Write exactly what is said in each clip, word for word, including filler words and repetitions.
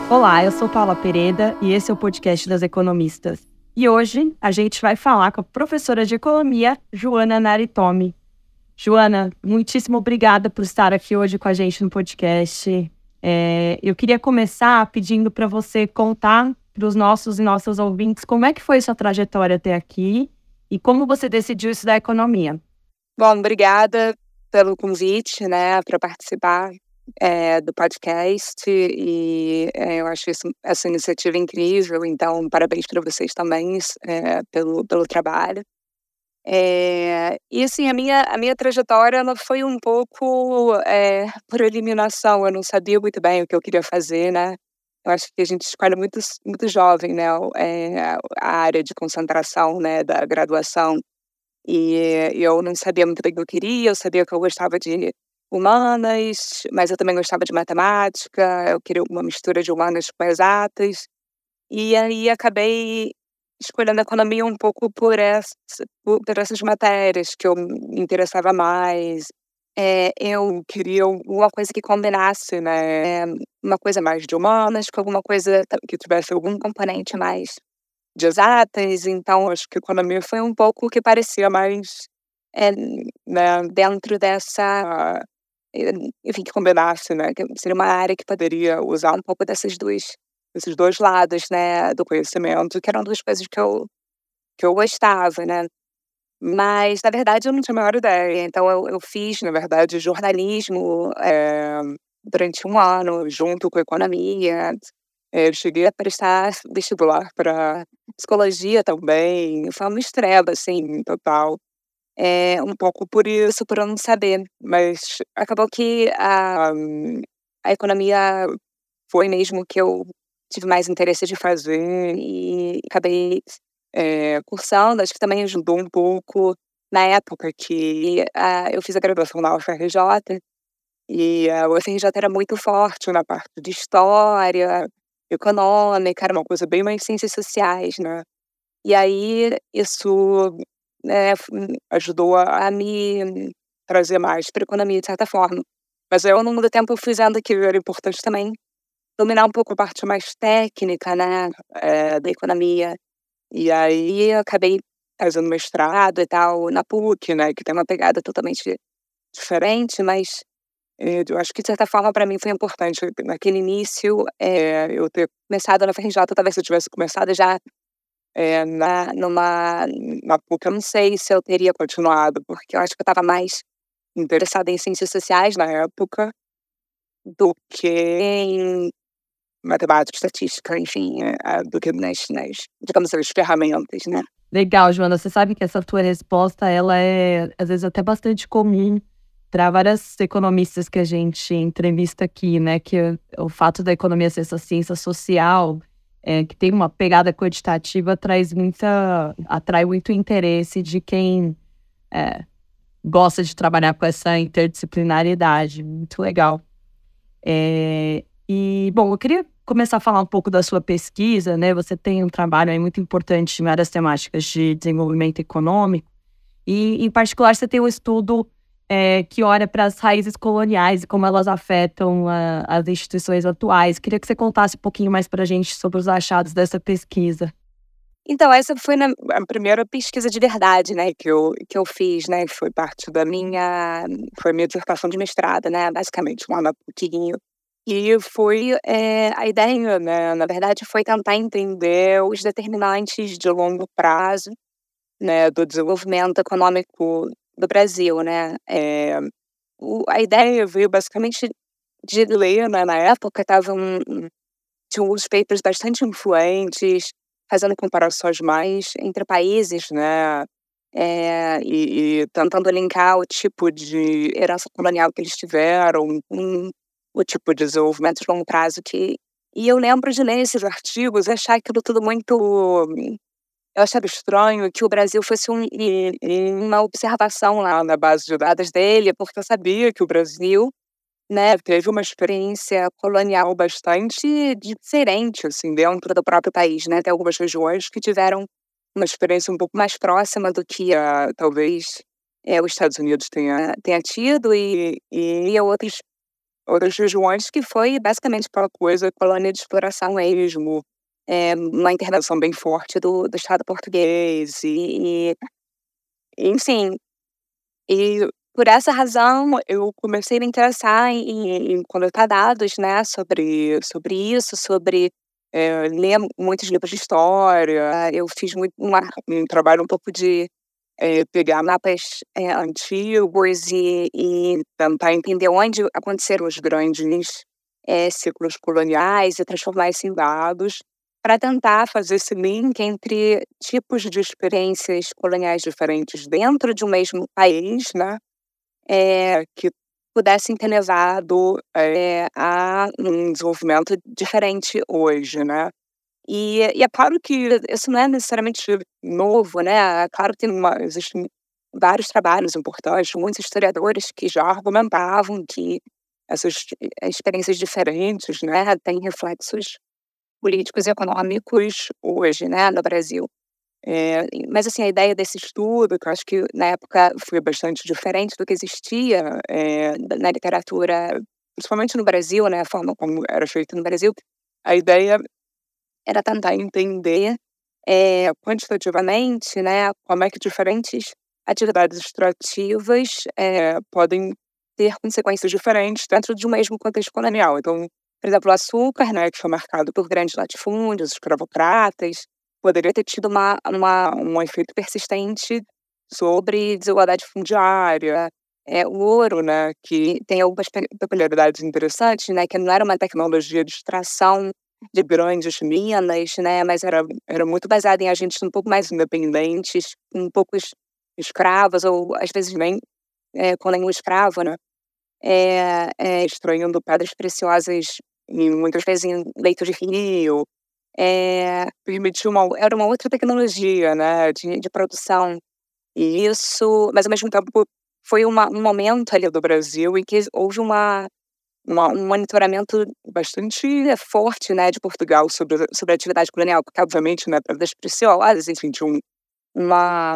Olá, eu sou Paula Pereda e esse é o podcast das economistas. E hoje a gente vai falar com a professora de economia, Joana Naritomi. Joana, muitíssimo obrigada por estar aqui hoje com a gente no podcast. É, eu queria começar pedindo para você contar para os nossos e nossas ouvintes como é que foi sua trajetória até aqui e como você decidiu estudar economia. Bom, obrigada pelo convite, né, para participar é, do podcast e é, eu acho isso, essa iniciativa incrível, então parabéns para vocês também é, pelo, pelo trabalho. É, e assim, a minha, a minha trajetória ela foi um pouco é, por eliminação, eu não sabia muito bem o que eu queria fazer, né? Eu acho que a gente escolhe muito, muito jovem, né, é, a área de concentração, né, da graduação. E eu não sabia muito bem o que eu queria, eu sabia que eu gostava de humanas, mas eu também gostava de matemática, eu queria uma mistura de humanas com exatas. E aí acabei escolhendo economia um pouco por, essa, por, por essas matérias que eu me interessava mais. É, eu queria alguma coisa que combinasse, né? Uma coisa mais de humanas com alguma coisa que tivesse algum componente mais de exatas, então acho que economia foi um pouco o que parecia mais é, né, dentro dessa, enfim, que combinasse, né, que seria uma área que poderia usar um pouco dessas duas, desses dois lados, né, do conhecimento, que eram duas coisas que eu, que eu gostava, né, mas na verdade eu não tinha a maior ideia, então eu, eu fiz, na verdade, jornalismo é, durante um ano, junto com economia. Eu cheguei a prestar vestibular para psicologia também, foi uma mistureba, assim, total. É, um pouco por isso, por eu não saber, mas acabou que a, a economia foi mesmo que eu tive mais interesse de fazer e acabei é, cursando, acho que também ajudou um pouco na época que a, eu fiz a graduação na U F R J, e a U F R J era muito forte na parte de história, econômica, era uma coisa bem mais ciências sociais, né. E aí isso, né, f ajudou a a me trazer mais para economia, de certa forma. Mas aí ao longo do tempo eu fui vendo que era importante também dominar um pouco a parte mais técnica, né, eh, da economia. E aí eu acabei fazendo mestrado e tal na PUC, né, que tem uma pegada totalmente diferente, mas eh, eu acho que de certa forma para mim foi importante naquele início, eh, eu ter começado na F R J, talvez se eu tivesse começado já, eh, na numa na PUC, eu não sei se eu teria continuado, porque eu acho que eu estava mais interessada em ciências sociais na época, do que em matemática, estatística, enfim, eh, ah, do que nas nas, digamos, as ferramentas, né. Legal, Joana, você sabe que essa tua resposta, ela é, às vezes, até bastante comum para várias economistas que a gente entrevista aqui, né? Que o fato da economia ser essa ciência social, é, que tem uma pegada quantitativa, traz muita, atrai muito interesse de quem é, gosta de trabalhar com essa interdisciplinariedade. Muito legal. É, e, bom, eu queria começar a falar um pouco da sua pesquisa, né? Você tem um trabalho aí muito importante em várias temáticas de desenvolvimento econômico e, em particular, você tem um estudo é, que olha para as raízes coloniais e como elas afetam a, as instituições atuais. Queria que você contasse um pouquinho mais para a gente sobre os achados dessa pesquisa. Então, essa foi na a primeira pesquisa de verdade, né, que eu que eu fiz, né, que foi parte da minha foi a minha dissertação de mestrado, né, basicamente lá na PUC-Rio. E foi, eh, a ideia, né, na verdade, foi tentar entender os determinantes de longo prazo, né, do desenvolvimento econômico do Brasil, né. Eh, o a ideia veio basicamente de ler, né, na época estava um um tinha uns papers bastante influentes, fazendo comparações mais entre países, né, eh, e e tentando linkar o tipo de herança colonial que eles tiveram com o tipo de desenvolvimento de longo prazo que e eu lembro de ler esses artigos e achar aquilo tudo muito eu achava estranho que o Brasil fosse um e e uma observação lá na base de dados dele, porque eu sabia que o Brasil, né, teve uma experiência colonial bastante diferente, assim, dentro do próprio país, né, tem algumas regiões que tiveram uma experiência um pouco mais próxima do que a talvez, eh, os Estados Unidos tenha tenha tido e e outras outras regiões, que foi basicamente aquela coisa, colônia de exploração mesmo, é, uma intervenção bem forte do, do Estado português, e, e enfim, e por essa razão eu comecei a me interessar em, em coletar dados, né, sobre, sobre isso, sobre é, ler muitos livros de história. Eu fiz muito, uma, um trabalho um pouco de é, pegar mapas é, antigos e, e tentar entender onde aconteceram os grandes é, ciclos coloniais e transformar isso em dados para tentar fazer esse link entre tipos de experiências coloniais diferentes dentro de um mesmo país, né, é, que pudessem ter levado é, a um desenvolvimento diferente hoje, né? E, e é claro que isso não é necessariamente novo, né? É claro que tem uma, existem vários trabalhos importantes, muitos historiadores que já argumentavam que essas experiências diferentes, né, têm reflexos políticos e econômicos hoje, né, no Brasil. É, mas, assim, a ideia desse estudo, que eu acho que na época foi bastante diferente do que existia é, na literatura, principalmente no Brasil, né, a forma como era feito no Brasil, a ideia era tentar entender é, quantitativamente, né, como é que diferentes atividades extrativas é, podem ter consequências diferentes dentro de um mesmo contexto colonial. Então, por exemplo, o açúcar, né, que foi marcado por grandes latifúndios, escravocratas, poderia ter tido uma, uma, um efeito persistente sobre desigualdade fundiária. É, o ouro, né, que tem algumas pe- peculiaridades interessantes, né, que não era uma tecnologia de extração de grandes minas, né, mas era, era muito baseada em agentes um pouco mais independentes, um pouco es- escravos, ou às vezes nem é, com nenhum escravo, né, é, é, extraindo pedras preciosas, em, muitas vezes em leito de rio, é, permitiu uma, era uma outra tecnologia, né, de, de produção. E isso, mas ao mesmo tempo foi uma, um momento ali do Brasil em que houve uma, uma, um monitoramento bastante é, forte, né, de Portugal sobre, sobre a atividade colonial, porque obviamente, né, pedras preciosas, enfim, tinha um, uma,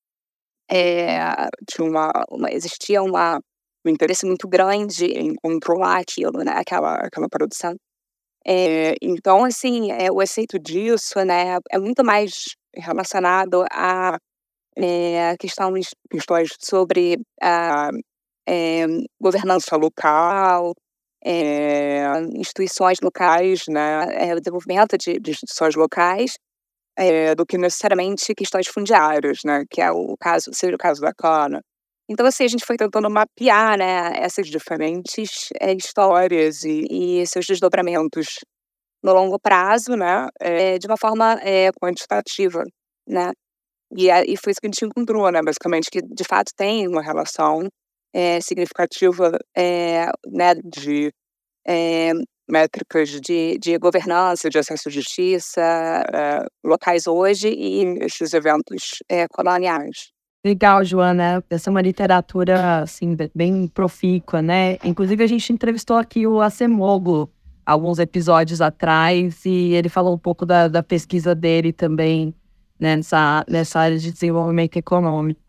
é, tinha uma, uma, existia uma, um interesse muito grande em controlar aquilo, né, aquela, aquela produção. É, então, assim, é, o efeito disso, né, é muito mais relacionado a é, questões, questões sobre a é, governança local, é, instituições locais, né, é, o desenvolvimento de, de instituições locais, é, do que necessariamente questões fundiárias, né, que é o caso, seja o caso da cana. Então, assim, a gente foi tentando mapear, né, essas diferentes é, histórias e, e seus desdobramentos no longo prazo, né, é, de uma forma é, quantitativa, né. E, a, e foi isso que a gente encontrou, né, basicamente, que de fato tem uma relação é, significativa é, né, de é, métricas de, de governança, de acesso à justiça, é, locais hoje e esses eventos é, coloniais. Legal, Joana. Essa é uma literatura, assim, be- bem profícua, né? Inclusive, a gente entrevistou aqui o Acemoglu alguns episódios atrás e ele falou um pouco da, da pesquisa dele também, né, nessa, nessa área de desenvolvimento econômico.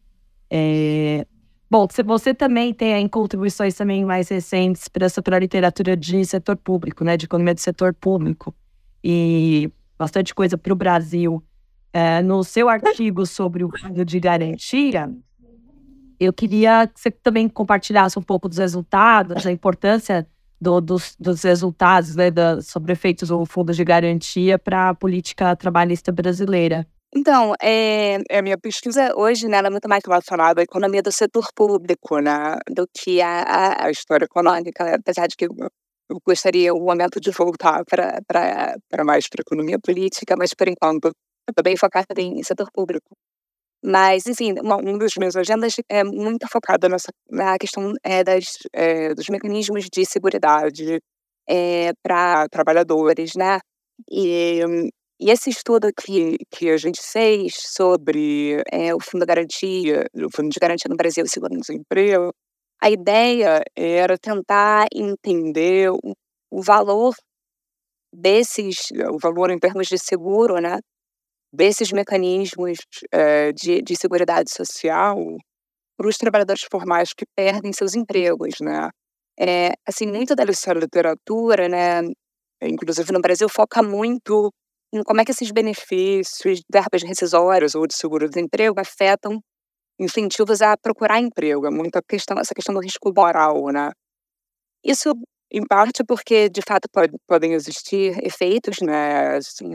É... Bom, se você também tem aí contribuições também mais recentes para essa para a literatura de setor público, né, de economia do setor público e bastante coisa para o Brasil. É, no seu artigo sobre o fundo de garantia, eu queria que você também compartilhasse um pouco dos resultados, a importância do, dos, dos resultados, né, da, sobre efeitos do fundo de garantia para a política trabalhista brasileira. Então, é, é, a minha pesquisa hoje, né, ela é muito mais relacionada à economia do setor público, né, do que a, a, a história econômica, apesar de que eu, eu gostaria um momento de voltar para mais para a economia política, mas por enquanto eu estou bem focada em setor público. Mas, enfim, uma, uma das minhas agendas é muito focada nessa, na questão é, das, é, dos mecanismos de seguridade é, para trabalhadores, né? E, e esse estudo que, que a gente fez sobre é, o Fundo de Garantia, o Fundo de Garantia no Brasil e Seguro-Desemprego, a ideia era tentar entender o, o valor desses, o valor em termos de seguro, né? Desses mecanismos eh, de, de seguridade social para os trabalhadores formais que perdem seus empregos, né? É, assim, muito da literatura, né, inclusive no Brasil, foca muito em como é que esses benefícios, verbas rescisórias ou de seguro-desemprego afetam incentivos a procurar emprego. É muita questão, essa questão do risco moral, né? Isso, em parte, porque, de fato, pode, podem existir efeitos, né, assim,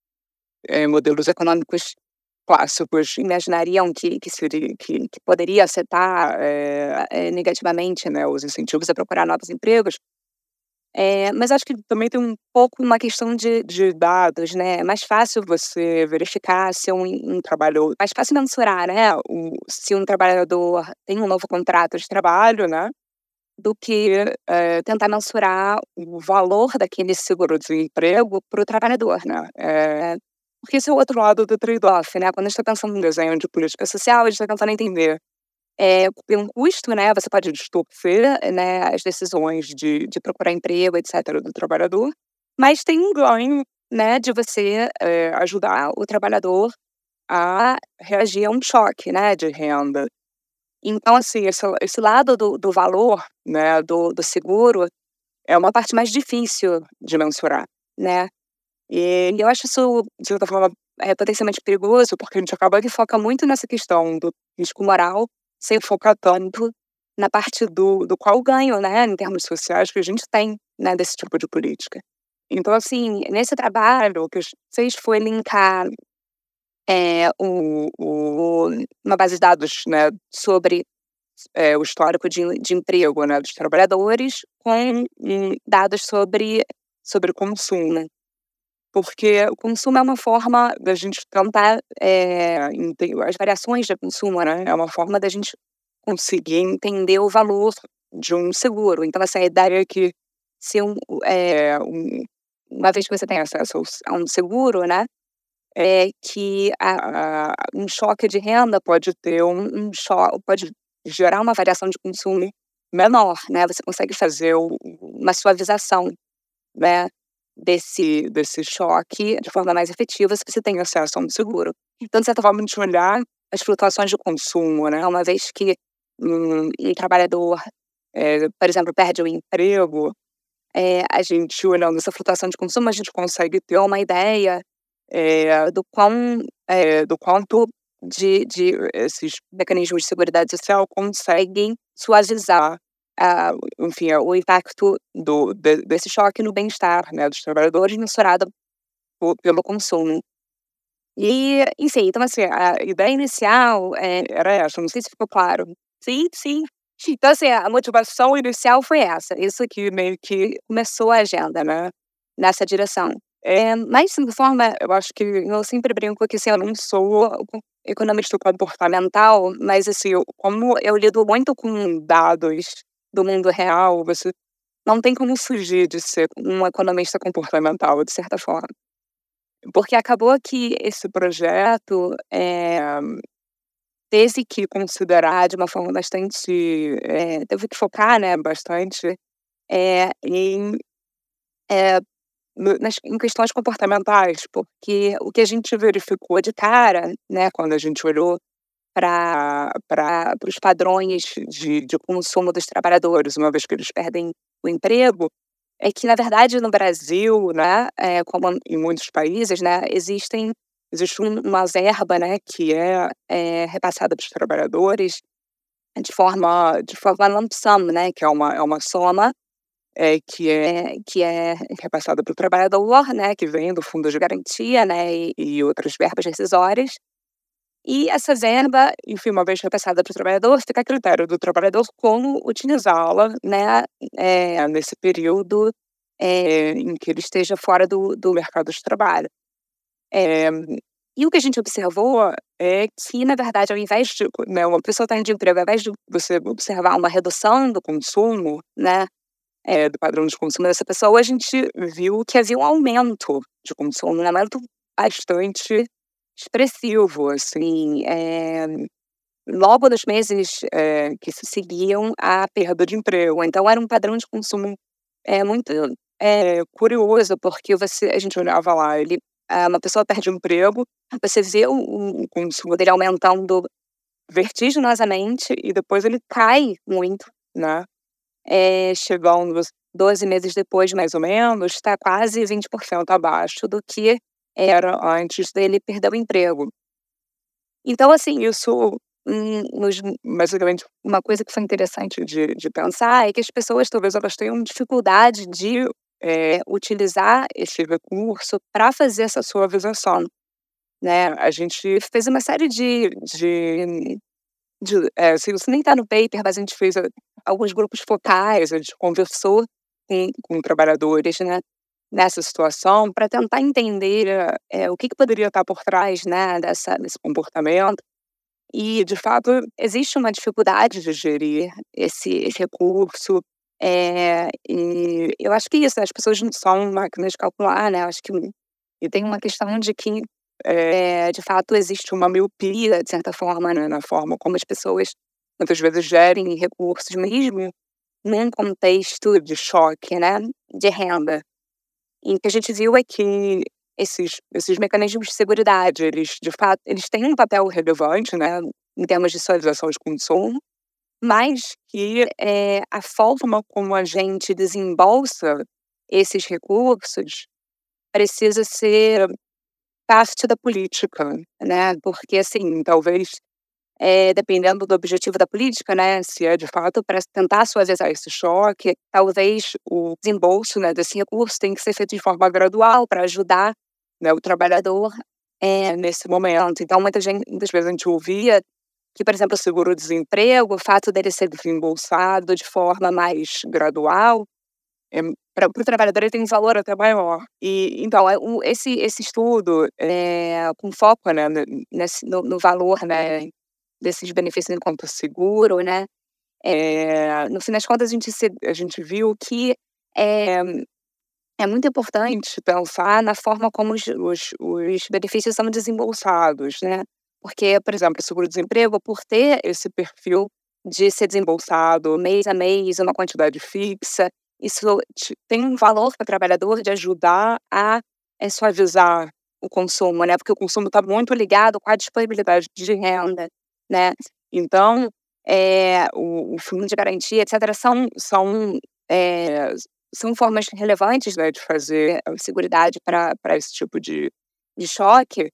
é, modelos econômicos clássicos imaginariam que, que, seria, que, que poderia afetar é, é, negativamente, né, os incentivos a procurar novos empregos. É, mas acho que também tem um pouco uma questão de, de dados, né? É mais fácil você verificar se um, um trabalho... Mais fácil mensurar, né? O, se um trabalhador tem um novo contrato de trabalho, né? Do que é, tentar mensurar o valor daquele seguro-desemprego para o trabalhador, né? É, porque esse é o outro lado do trade-off, né? Quando a gente está pensando em desenho de política social, a gente está tentando entender é, tem um custo, né? Você pode distorcer, né, as decisões de, de procurar emprego, etcétera, do trabalhador, mas tem um ganho, né, de você é, ajudar o trabalhador a reagir a um choque, né, de renda. Então, assim, esse, esse lado do, do valor, né, do, do seguro é uma parte mais difícil de mensurar, né? E eu acho isso, de certa forma, é potencialmente perigoso, porque a gente acaba que foca muito nessa questão do risco moral, sem focar tanto na parte do, do qual ganho, né, em termos sociais, que a gente tem, né, desse tipo de política. Então, assim, nesse trabalho, o que eu fiz foi linkar é, o, o, uma base de dados, né, sobre é, o histórico de, de emprego, né, dos trabalhadores com hum, dados sobre, sobre consumo. Porque o consumo é uma forma da gente tentar, é, as variações de consumo, né? É uma forma da gente conseguir entender o valor de um seguro. Então, essa ideia é que se um, é, um, uma vez que você tem acesso a um seguro, né? É que a, a, um choque de renda pode ter um, um choque, pode gerar uma variação de consumo menor, né? Você consegue fazer o, uma suavização, né, desse, desse choque de forma mais efetiva se você tem acesso a um seguro. Então, de certa forma, a gente olhar as flutuações de consumo, né? Uma vez que um, um trabalhador, é, por exemplo, perde o emprego, é, a gente, olhando essa flutuação de consumo, a gente consegue ter uma ideia é, do, quão, é, do quanto de, de esses mecanismos de seguridade social conseguem suavizar a, enfim, o impacto do, de, desse choque no bem-estar, né, dos trabalhadores mensurado por, pelo consumo. E, enfim, então assim, a ideia inicial é, era essa, não sei se ficou claro. Sim, sim. Então assim, a motivação inicial foi essa, isso que meio que começou a agenda, né, nessa direção. É, mas, de forma, eu acho que eu sempre brinco que assim, eu não sou economista comportamental, mas assim, eu, como eu lido muito com dados do mundo real, você não tem como fugir de ser um economista comportamental, de certa forma. Porque acabou que esse projeto é, teve que considerar de uma forma bastante... É, teve que focar, né, bastante é, em, é, nas, em questões comportamentais, porque o que a gente verificou de cara, né, quando a gente olhou para os padrões de, de consumo dos trabalhadores, uma vez que eles perdem o emprego, é que, na verdade, no Brasil, né, é, como em muitos países, né, existem, existe um, uma verba, né, que é, é repassada para os trabalhadores de forma, de forma lump sum, né, que é uma, é uma soma é, que, é, que é repassada para o trabalhador, né, que vem do fundo de garantia, né, e, e outras verbas rescisórias. E essa verba, enfim, uma vez repassada para o trabalhador, fica a critério do trabalhador como utilizá-la, né, é, nesse período é, em que ele esteja fora do, do mercado de trabalho. É, e o que a gente observou é que, na verdade, ao invés de, né, uma pessoa está de emprego, ao invés de você observar uma redução do consumo, né, é, do padrão de consumo dessa pessoa, a gente viu que havia um aumento de consumo, um aumento bastante expressivo, assim, é, logo nos meses é, que se seguiam à perda de emprego. Então, era um padrão de consumo é, muito é, curioso, porque você, a gente olhava lá, ele, uma pessoa perde o emprego, você vê o, o consumo dele aumentando vertiginosamente e depois ele cai muito, né? é, chegando doze meses depois, mais ou menos, está quase vinte por cento abaixo do que era antes dele perder o emprego. Então, assim, isso, hum, nos basicamente, uma coisa que foi interessante de de pensar é que as pessoas, talvez, elas tenham dificuldade de, eh, utilizar esse recurso para fazer essa suavização, né. A gente fez uma série de de de eh, assim, isso nem está no paper, mas a gente fez, eh, alguns grupos focais, a gente conversou com com trabalhadores, né, nessa situação, para tentar entender, eh, o que que poderia estar por trás, né, dessa desse comportamento. E, de fato, existe uma dificuldade de gerir esse esse recurso, eh, e eu acho que é isso, né, as pessoas não são máquinas de calcular, né, eu acho que e tem uma questão de que, eh, de fato, existe uma miopia, de certa forma, né, na forma como as pessoas, muitas vezes, gerem recursos, mesmo num contexto de choque, né, de renda. E o que a gente viu é que esses esses mecanismos de seguridade, eles, de fato, eles têm um papel relevante, né, em termos de suavização de consumo, mas que, eh, a forma como a gente desembolsa esses recursos precisa ser parte da política, né, porque, assim, talvez, eh, dependendo do objetivo da política, né, se é de fato para tentar suavizar esse choque, talvez o desembolso, né, desse recurso tem que ser feito de forma gradual para ajudar, né, o trabalhador, eh, nesse momento. Então muita gen muitas vezes a gente ouvia que, por exemplo, o seguro-desemprego, o fato dele ser desembolsado de forma mais gradual, eh, para o trabalhador ele tem um valor até maior. E então, é o esse esse estudo, eh, com foco, né, ne nesse no no valor, né, desses benefícios enquanto seguro, né, eh, no fim das contas a gente se a gente viu que, eh, é muito importante pensar na forma como os os os benefícios são desembolsados, né. Porque, por exemplo, o seguro-desemprego, por ter esse perfil de ser desembolsado mês a mês, uma quantidade fixa, isso ti tem um valor para o trabalhador de ajudar a, eh, suavizar o consumo, né, porque o consumo está muito ligado com a disponibilidade de renda, né. Então, eh, o o fundo de garantia, etcétera, são são, eh, são formas relevantes, né, de fazer a seguridade para para esse tipo de de choque,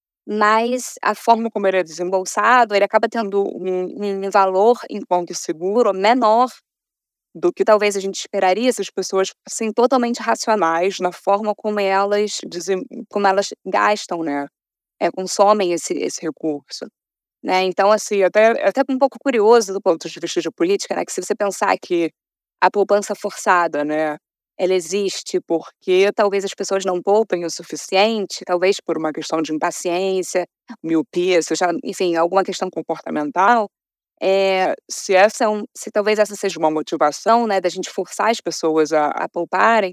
mas a forma como ele é desembolsado, ele acaba tendo um um valor enquanto seguro menor do que talvez a gente esperaria se as pessoas fossem totalmente racionais na forma como elas desem como elas gastam, né, eh, consomem esse esse recurso, né. Então, assim, até é até um pouco curioso do ponto de vista de política, né, que se você pensar que a poupança forçada, né, ela existe porque talvez as pessoas não poupem o suficiente, talvez por uma questão de impaciência, miopia, seja, enfim, alguma questão comportamental, eh, se essa é um se talvez essa seja uma motivação, né, da gente forçar as pessoas a a pouparem,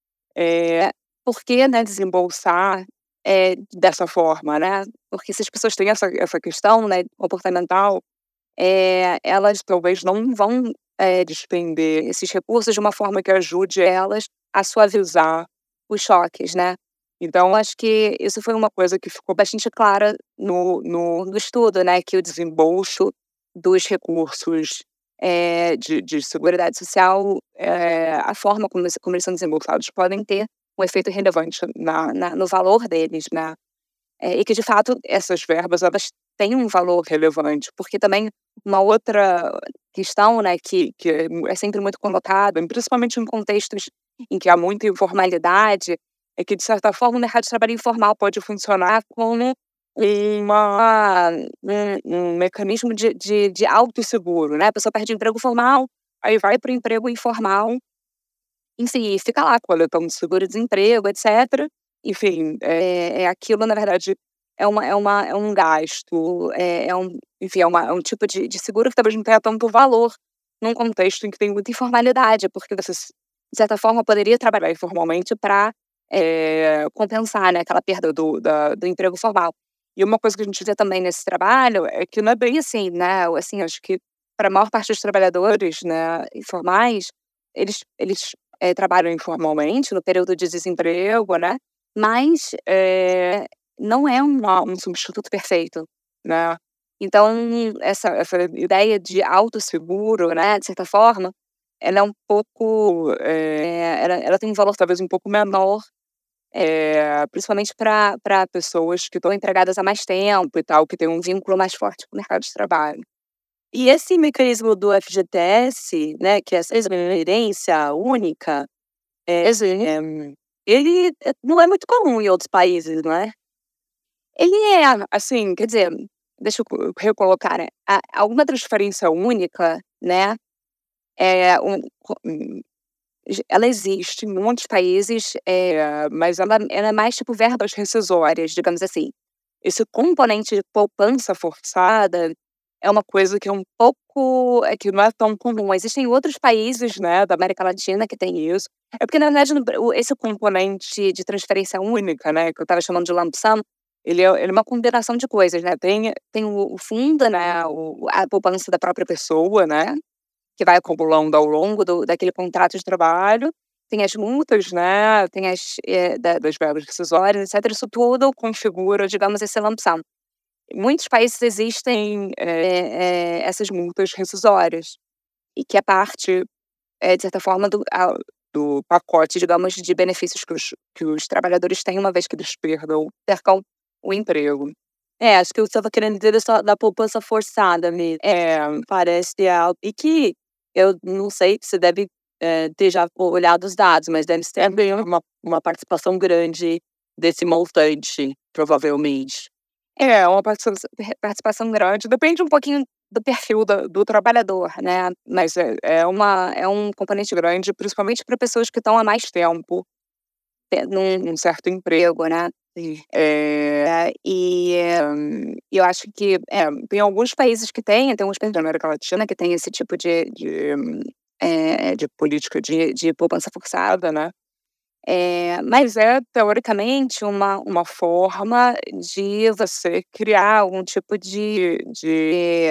eh, por que, né, desembolsar, eh, dessa forma, né? Porque se as pessoas têm essa essa questão, né, comportamental, eh, elas talvez não vão, eh, despender esses recursos de uma forma que ajude elas a suavizar os choques, né. Então acho que isso foi uma coisa que ficou bastante clara no no no estudo, né, que o desembolso dos recursos, eh, de de seguridade social, eh, a forma como eles como eles são desembolsados podem ter um efeito relevante na na no valor deles, né. Eh, e que de fato essas verbas elas têm um valor relevante, porque também uma outra questão, né, que que é é sempre muito conotada, principalmente em contextos em que há muita informalidade, é que de certa forma o mercado de trabalho informal pode funcionar como uma um um mecanismo de de de autosseguro, né, a pessoa perde o emprego formal, aí vai para o emprego informal, enfim, e fica lá coletando seguro-desemprego, etcétera. Enfim, é é aquilo, na verdade, é uma é uma é um gasto, é é um enfim, é uma é um tipo de de seguro que talvez não tenha tanto valor num contexto em que tem muita informalidade, porque você, de certa forma, poderia trabalhar informalmente para, eh, compensar, né, aquela perda do da do emprego formal. E uma coisa que a gente vê também nesse trabalho é que não é bem assim, né, assim, acho que para a maior parte dos trabalhadores, né, informais, eles eles, eh, trabalham informalmente no período de desemprego, né, mas, eh, não é uma um substituto perfeito, né. Então essa essa ideia de autosseguro, né, de certa forma, ela é um pouco, é, ela, ela tem um valor talvez um pouco menor, é, principalmente para para pessoas que estão empregadas há mais tempo e tal, que tem um vínculo mais forte com o mercado de trabalho. E esse mecanismo do F G T S, né, que é essa transferência única, é, é, ele é- não é muito comum em outros países, não é? Ele é, assim, quer dizer, deixa eu co- recolocar, né? A- Alguma transferência única, né? É um, co- hum, ge- ela existe em muitos países, é, mas ela, ela é mais tipo verbas rescisórias, digamos assim. Esse componente de poupança forçada é uma coisa que é um pouco, é que não é tão comum. Existem outros países, né, da América Latina que tem isso. É porque, na verdade, no Bra- o- esse componente de transferência única, né, que eu estava chamando de lump sum, ele é, ele é uma combinação de coisas, né? Tem, tem o, o fundo, né, o, a poupança da própria pessoa, né, que vai acumulando ao longo do, daquele contrato de trabalho. Tem as multas, né? Tem as eh, da- das verbas rescisórias, etcétera. Isso tudo configura, digamos, esse lump sum. Em muitos países existem eh, eh, essas multas rescisórias, e que é parte, eh, de certa forma, do, a- do pacote, digamos, de benefícios que os, que os trabalhadores têm uma vez que eles perdam, percam o emprego. É, acho que eu estava querendo dizer dessa, da poupança forçada mesmo. É, Parece algo. E que eu não sei se você deve eh, ter já olhado os dados, mas deve ter bem uma, uma participação grande desse montante, provavelmente. É, uma participação participação grande, depende um pouquinho do perfil da do trabalhador, né, mas é é uma é um componente grande, principalmente para pessoas que estão há mais tempo te num num certo emprego, né. Sim. Eh, e, hum, eu acho que, é, tem alguns países que têm, tem alguns países da América Latina que tem esse tipo de de, hum, eh, de política de de poupança forçada, né. Eh, mas é teoricamente uma uma forma de você criar algum tipo de de,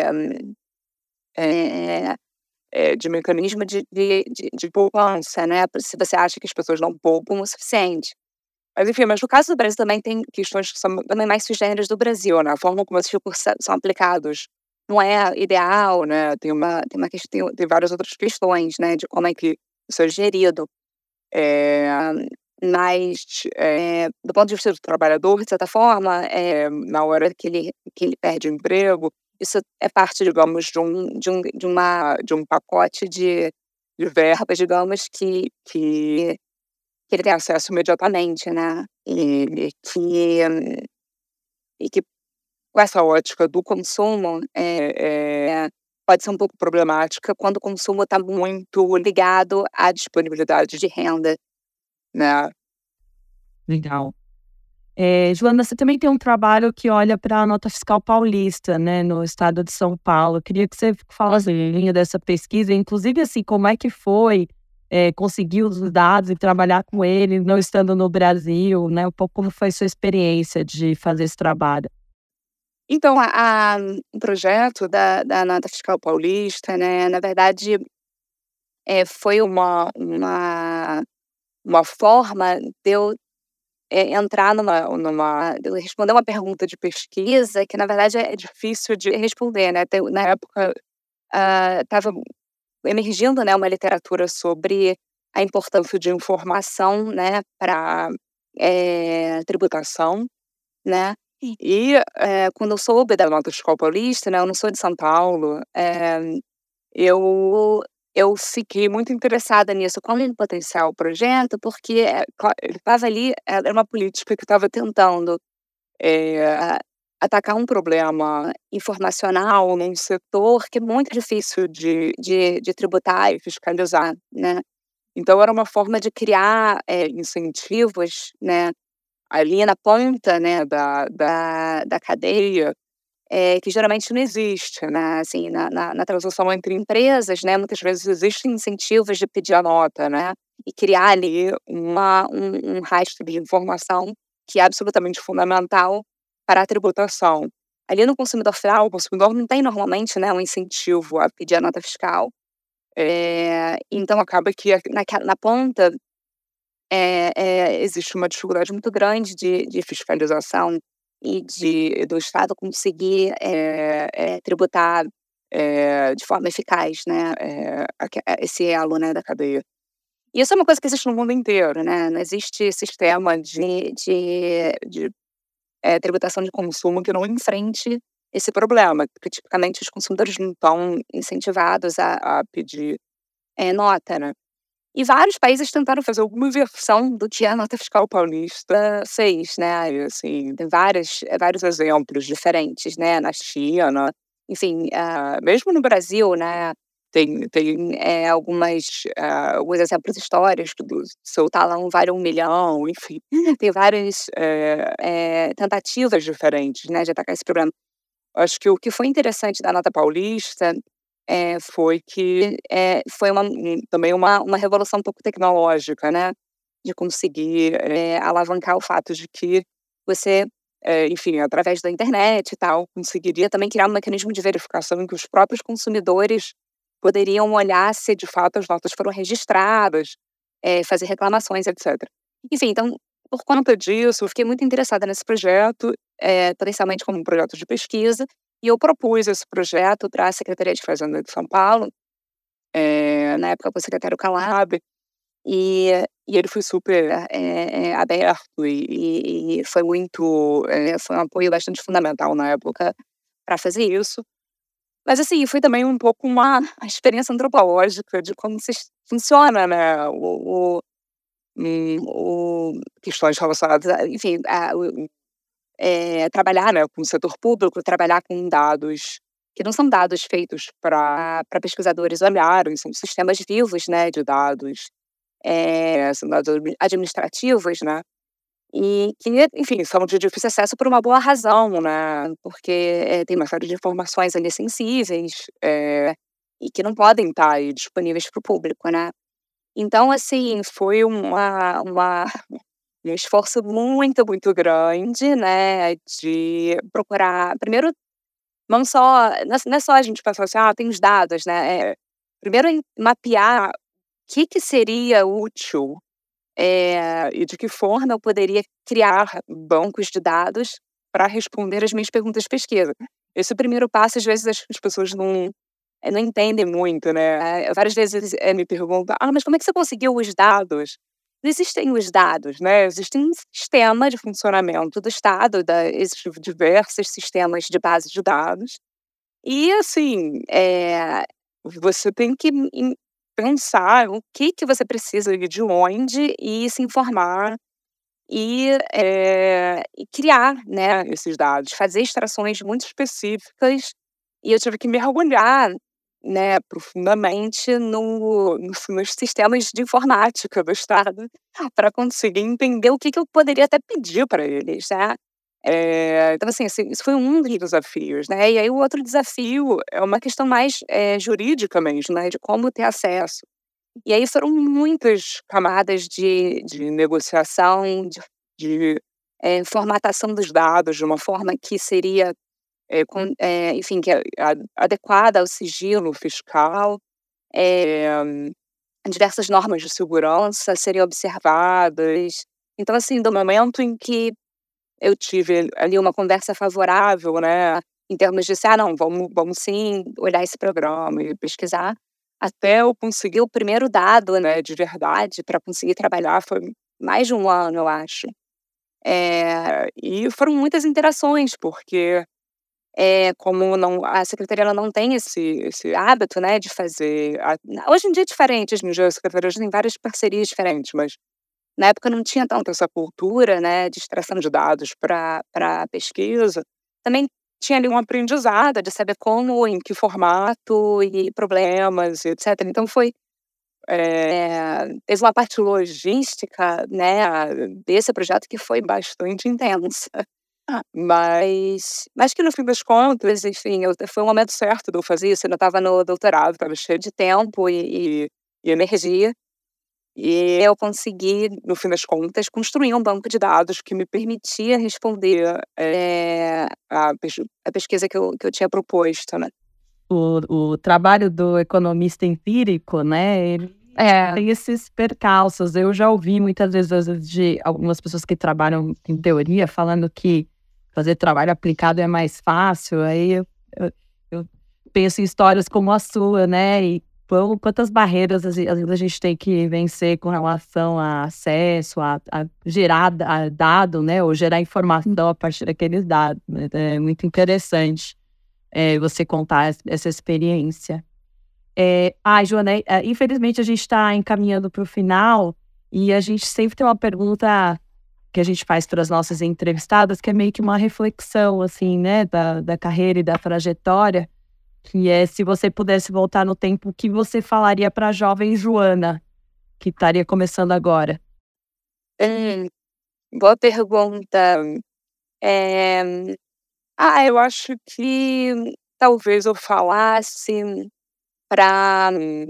eh eh, de mecanismo de de de de poupança, né, se você acha que as pessoas não poupam o suficiente. Mas enfim, mas no caso do Brasil também tem questões que são também mais sui generis do Brasil, né, a forma como esses recursos sa são aplicados não é ideal, né, tem uma tem uma ques tem tem várias outras questões, né, de como é que isso é gerido. Eh, mas, eh, do ponto de vista do trabalhador, de certa forma, eh, na hora que ele que ele perde o emprego, isso é parte, digamos, de um de um de uma de um pacote de de verbas, digamos, que que que ele tem acesso imediatamente, né, e que e que com essa ótica do consumo, eh eh, pode ser um pouco problemática quando o consumo está muito ligado à disponibilidade de renda, né. Legal. Eh, Joana, você também tem um trabalho que olha para a nota fiscal paulista, né, no estado de São Paulo. Eu queria que você falasse um pouquinho dessa pesquisa, inclusive, assim, como é que foi, eh, conseguir os dados e trabalhar com ele, não estando no Brasil, né, um pouco como foi a sua experiência de fazer esse trabalho. Então, a a o projeto da da nota fiscal paulista, né, na verdade, eh, foi uma uma uma forma de eu, eh, entrar numa numa de eu responder uma pergunta de pesquisa que, na verdade, é difícil de responder, né. Tem na época, hã, estava emergindo, né, uma literatura sobre a importância de informação, né, para tributação, né. E, eh, quando eu soube da nota fiscal paulista, né, eu não sou de São Paulo, eh, eu eu fiquei muito interessada nisso como um potencial projeto, porque, eh, cla ele estava ali, era uma política que estava tentando, eh, a atacar um problema informacional num setor que é muito difícil de de de tributar e fiscalizar, né. Então era uma forma de criar, eh, incentivos, né, ali na ponta, né, da da da cadeia, eh, que geralmente não existe, né, assim, na na na transação entre empresas, né, muitas vezes existem incentivos de pedir a nota, né, e criar ali uma um um rastro de informação que é absolutamente fundamental para a tributação. Ali no consumidor final, o consumidor não tem normalmente, né, um incentivo a pedir a nota fiscal, eh, então acaba que a naque na ponta, eh eh, existe uma dificuldade muito grande de de fiscalização e de do Estado conseguir, eh eh, tributar é, de forma eficaz, né, é, esse elo, né, da cadeia. E isso é uma coisa que existe no mundo inteiro, né? Não existe sistema de, de, de é, tributação de consumo que não enfrente esse problema, porque tipicamente os consumidores não estão incentivados a, a pedir é, nota, né? E vários países tentaram fazer alguma versão do que a nota fiscal paulista fez, né? E, assim, tem várias, vários exemplos diferentes, né? Na China, enfim, uh, mesmo no Brasil, né? Tem, tem é, algumas, uh, alguns exemplos históricos do seu talão vale um milhão, enfim. Tem várias é, é, tentativas diferentes, né, de atacar esse problema. Acho que o que foi interessante da nota paulista é, foi que é, foi uma, também uma, uma revolução um pouco tecnológica, né, de conseguir é, alavancar o fato de que você, é, enfim, através da internet e tal, conseguiria também criar um mecanismo de verificação em que os próprios consumidores poderiam olhar se de fato as notas foram registradas, é, fazer reclamações, etcétera. Enfim, então, por conta disso, eu fiquei muito interessada nesse projeto, é, potencialmente como um projeto de pesquisa, e eu propus esse projeto para a Secretaria de Fazenda de São Paulo, é, na época para o secretário Calab, e, e ele foi super é, é, aberto e, e foi muito, é, foi um apoio bastante fundamental na época para fazer isso. Mas, assim, foi também um pouco uma experiência antropológica de como se funciona, né, o, o, o questões relacionadas a, enfim, a, o, é, trabalhar, né, com o setor público, trabalhar com dados que não são dados feitos para pesquisadores olharem, são sistemas vivos, né, de dados, é, são dados administrativos, né, e que, enfim, são de difícil acesso por uma boa razão, né? Porque é, tem uma série de informações ali sensíveis é, e que não podem estar aí disponíveis para o público, né? Então, assim, foi uma, uma, um esforço muito, muito grande, né? De procurar, primeiro, não só, não é só a gente pensar assim, ah, tem os dados, né? É, primeiro, mapear o que, que seria útil É, e de que forma eu poderia criar bancos de dados para responder as minhas perguntas de pesquisa. Esse primeiro passo, às vezes, as pessoas não, não entendem muito, né? É, várias vezes é, me perguntam, ah, mas como é que você conseguiu os dados? Não existem os dados, né? Existem um sistema de funcionamento do Estado, da, existem diversos sistemas de base de dados. E, assim, é, você tem que pensar o que que você precisa e de onde e se informar e, é, e criar, né, esses dados, fazer extrações muito específicas e eu tive que mergulhar, né, profundamente no, no, nos sistemas de informática do Estado para conseguir entender o que que eu poderia até pedir para eles, né? É, então, assim, assim, isso foi um dos desafios, né? E aí o outro desafio é uma questão mais é, jurídica mesmo, né? De como ter acesso. E aí foram muitas camadas de, de negociação, de, de é, formatação dos dados de uma forma que seria, é, com, é, enfim, que é adequada ao sigilo fiscal. É, diversas normas de segurança seriam observadas. Então, assim, do momento em que eu tive ali uma conversa favorável, né, em termos de, ah, não, vamos, vamos sim olhar esse programa e pesquisar, até eu conseguir o primeiro dado, né, de verdade, para conseguir trabalhar, foi mais de um ano, eu acho. É, e foram muitas interações, porque é, como não, a secretaria ela não tem esse, esse hábito, né, de fazer... A, hoje em dia é diferente, hoje em dia a secretaria tem várias parcerias diferentes, mas na época não tinha tanto essa cultura, né, de extração de dados para para pesquisa. Também tinha ali um aprendizado de saber como, em que formato e problemas, etcétera. Então foi é, teve uma parte logística, né, desse projeto que foi bastante intensa. Mas, mas que no fim das contas, enfim, eu, foi o momento certo de eu fazer isso. Eu ainda estava no doutorado, estava cheio de tempo e, e, e energia. E eu consegui, no fim das contas, construir um banco de dados que me permitia responder é, a, a pesquisa que eu, que eu tinha proposto, né? O, o trabalho do economista empírico, né, ele é. tem esses percalços. Eu já ouvi muitas vezes de algumas pessoas que trabalham em teoria falando que fazer trabalho aplicado é mais fácil. Aí eu, eu, eu penso em histórias como a sua, né? E quantas barreiras às vezes a gente tem que vencer com relação a acesso, a, a gerar a dado, né? Ou gerar informação a partir daqueles dados. Né? É muito interessante é, você contar essa experiência. É, ah, Joana, é, infelizmente a gente está encaminhando para o final e a gente sempre tem uma pergunta que a gente faz para as nossas entrevistadas, que é meio que uma reflexão, assim, né? Da, da carreira e da trajetória. Que é, se você pudesse voltar no tempo, o que você falaria para a jovem Joana, que estaria começando agora? Hum, boa pergunta. É... Ah, eu acho que talvez eu falasse para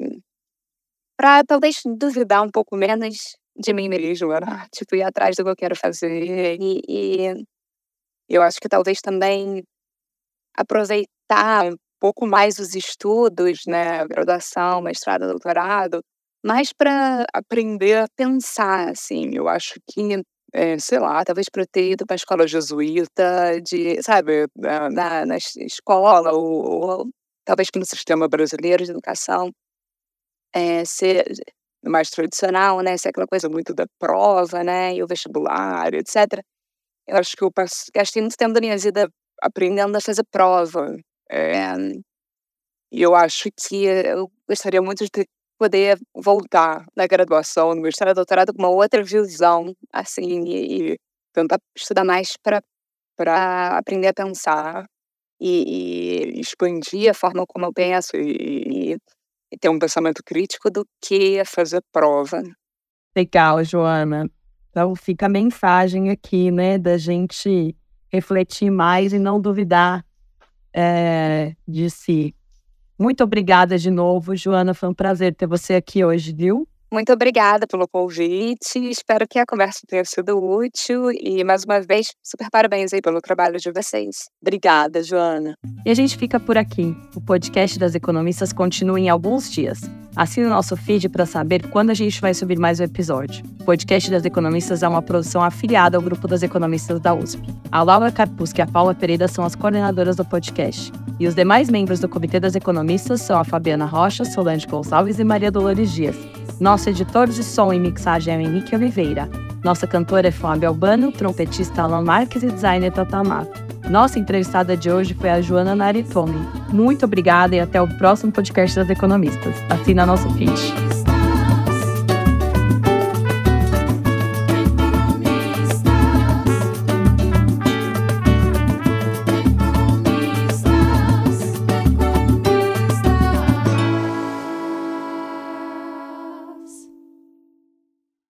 para talvez duvidar um pouco menos de mim mesma, né? Tipo, ir atrás do que eu quero fazer. E, e eu acho que talvez também aproveitar um pouco mais os estudos, né, graduação, mestrado, doutorado, mas para aprender a pensar, assim. Eu acho que, é, sei lá, talvez para eu ter ido para a escola jesuíta, de, sabe, na, na, na escola, ou, ou talvez que no sistema brasileiro de educação, é, ser mais tradicional, né, ser aquela coisa muito da prova, né, e o vestibular, etcétera. Eu acho que eu passo, gastei muito tempo da minha vida aprendendo a fazer prova. É, e eu acho que eu gostaria muito de ter, poder voltar na graduação, no mestrado, doutorado, com uma outra visão, assim, e, e tentar estudar mais para para aprender a pensar e, e expandir a forma como eu penso e, e, e ter um pensamento crítico do que fazer prova. Legal, Joana. Então fica a mensagem aqui, né, da gente refletir mais e não duvidar é, de si. Muito obrigada de novo, Joana. Foi um prazer ter você aqui hoje, viu? Muito obrigada pelo convite. Espero que a conversa tenha sido útil. E, mais uma vez, super parabéns aí pelo trabalho de vocês. Obrigada, Joana. E a gente fica por aqui. O podcast das economistas continua em alguns dias. Assine o nosso feed para saber quando a gente vai subir mais um episódio. O podcast das economistas é uma produção afiliada ao grupo das economistas da U S P. A Laura Carpusca e a Paula Pereira são as coordenadoras do podcast. E os demais membros do Comitê das Economistas são a Fabiana Rocha, Solange Gonçalves e Maria Dolores Dias. Nosso editor de som e mixagem é Henrique Oliveira. Nossa cantora é Fábio Albano, trompetista Alan Marques e designer Tata Amato. Nossa entrevistada de hoje foi a Joana Naritomi. Muito obrigada e até o próximo podcast das economistas. Assina nosso feed.